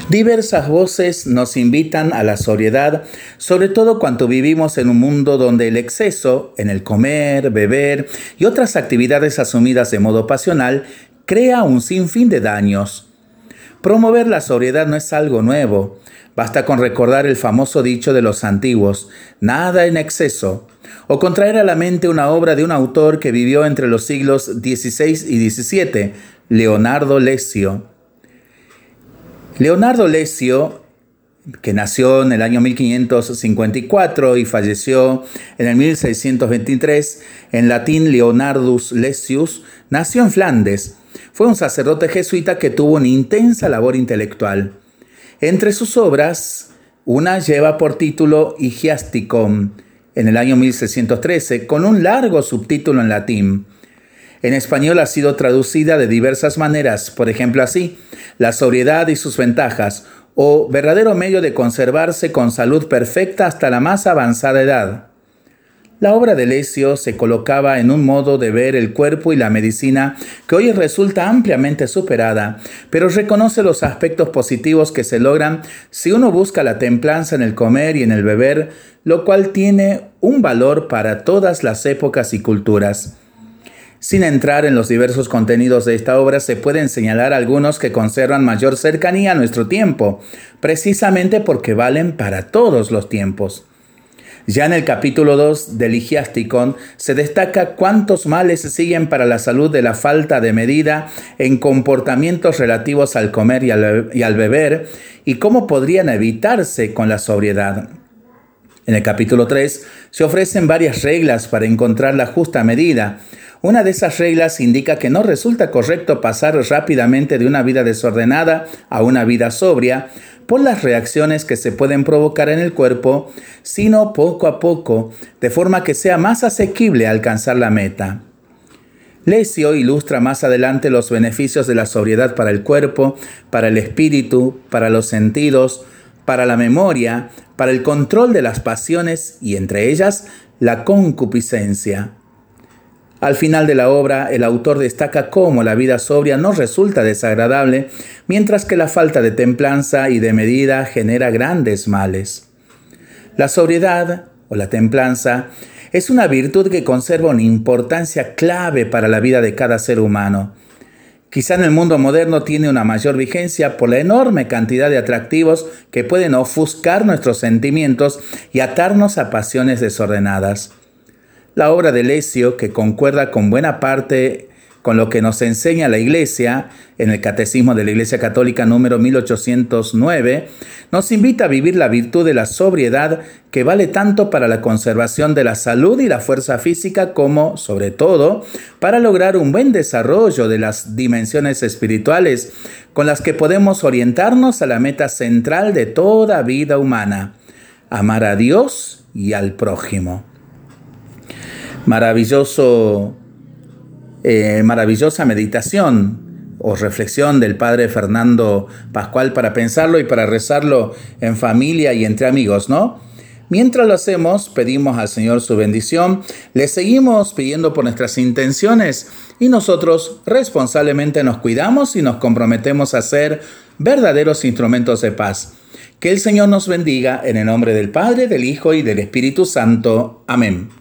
Diversas voces nos invitan a la sobriedad, sobre todo cuando vivimos en un mundo donde el exceso en el comer, beber y otras actividades asumidas de modo pasional crea un sinfín de daños. Promover la sobriedad no es algo nuevo. Basta con recordar el famoso dicho de los antiguos, nada en exceso, o con traer a la mente una obra de un autor que vivió entre los siglos XVI y XVII, Leonardo Lesio. Leonardo Lesio, que nació en el año 1554 y falleció en el 1623, en latín Leonardus Lesius, nació en Flandes. Fue un sacerdote jesuita que tuvo una intensa labor intelectual. Entre sus obras, una lleva por título Higiasticum, en el año 1613, con un largo subtítulo en latín. En español ha sido traducida de diversas maneras, por ejemplo así, La sobriedad y sus ventajas, o Verdadero medio de conservarse con salud perfecta hasta la más avanzada edad. La obra de Lesio se colocaba en un modo de ver el cuerpo y la medicina que hoy resulta ampliamente superada, pero reconoce los aspectos positivos que se logran si uno busca la templanza en el comer y en el beber, lo cual tiene un valor para todas las épocas y culturas. Sin entrar en los diversos contenidos de esta obra, se pueden señalar algunos que conservan mayor cercanía a nuestro tiempo, precisamente porque valen para todos los tiempos. Ya en el capítulo 2 del Higiasticon se destaca cuántos males siguen para la salud de la falta de medida en comportamientos relativos al comer y al beber, y cómo podrían evitarse con la sobriedad. En el capítulo 3 se ofrecen varias reglas para encontrar la justa medida. Una de esas reglas indica que no resulta correcto pasar rápidamente de una vida desordenada a una vida sobria por las reacciones que se pueden provocar en el cuerpo, sino poco a poco, de forma que sea más asequible alcanzar la meta. Lesio ilustra más adelante los beneficios de la sobriedad para el cuerpo, para el espíritu, para los sentidos, para la memoria, para el control de las pasiones y entre ellas la concupiscencia. Al final de la obra, el autor destaca cómo la vida sobria no resulta desagradable, mientras que la falta de templanza y de medida genera grandes males. La sobriedad, o la templanza, es una virtud que conserva una importancia clave para la vida de cada ser humano. Quizá en el mundo moderno tiene una mayor vigencia por la enorme cantidad de atractivos que pueden ofuscar nuestros sentimientos y atarnos a pasiones desordenadas. La obra de Lesio, que concuerda con buena parte con lo que nos enseña la Iglesia, en el Catecismo de la Iglesia Católica número 1809, nos invita a vivir la virtud de la sobriedad que vale tanto para la conservación de la salud y la fuerza física como, sobre todo, para lograr un buen desarrollo de las dimensiones espirituales con las que podemos orientarnos a la meta central de toda vida humana, amar a Dios y al prójimo. Maravillosa meditación o reflexión del Padre Fernando Pascual para pensarlo y para rezarlo en familia y entre amigos, ¿no? Mientras lo hacemos, pedimos al Señor su bendición, le seguimos pidiendo por nuestras intenciones y nosotros responsablemente nos cuidamos y nos comprometemos a ser verdaderos instrumentos de paz. Que el Señor nos bendiga en el nombre del Padre, del Hijo y del Espíritu Santo. Amén.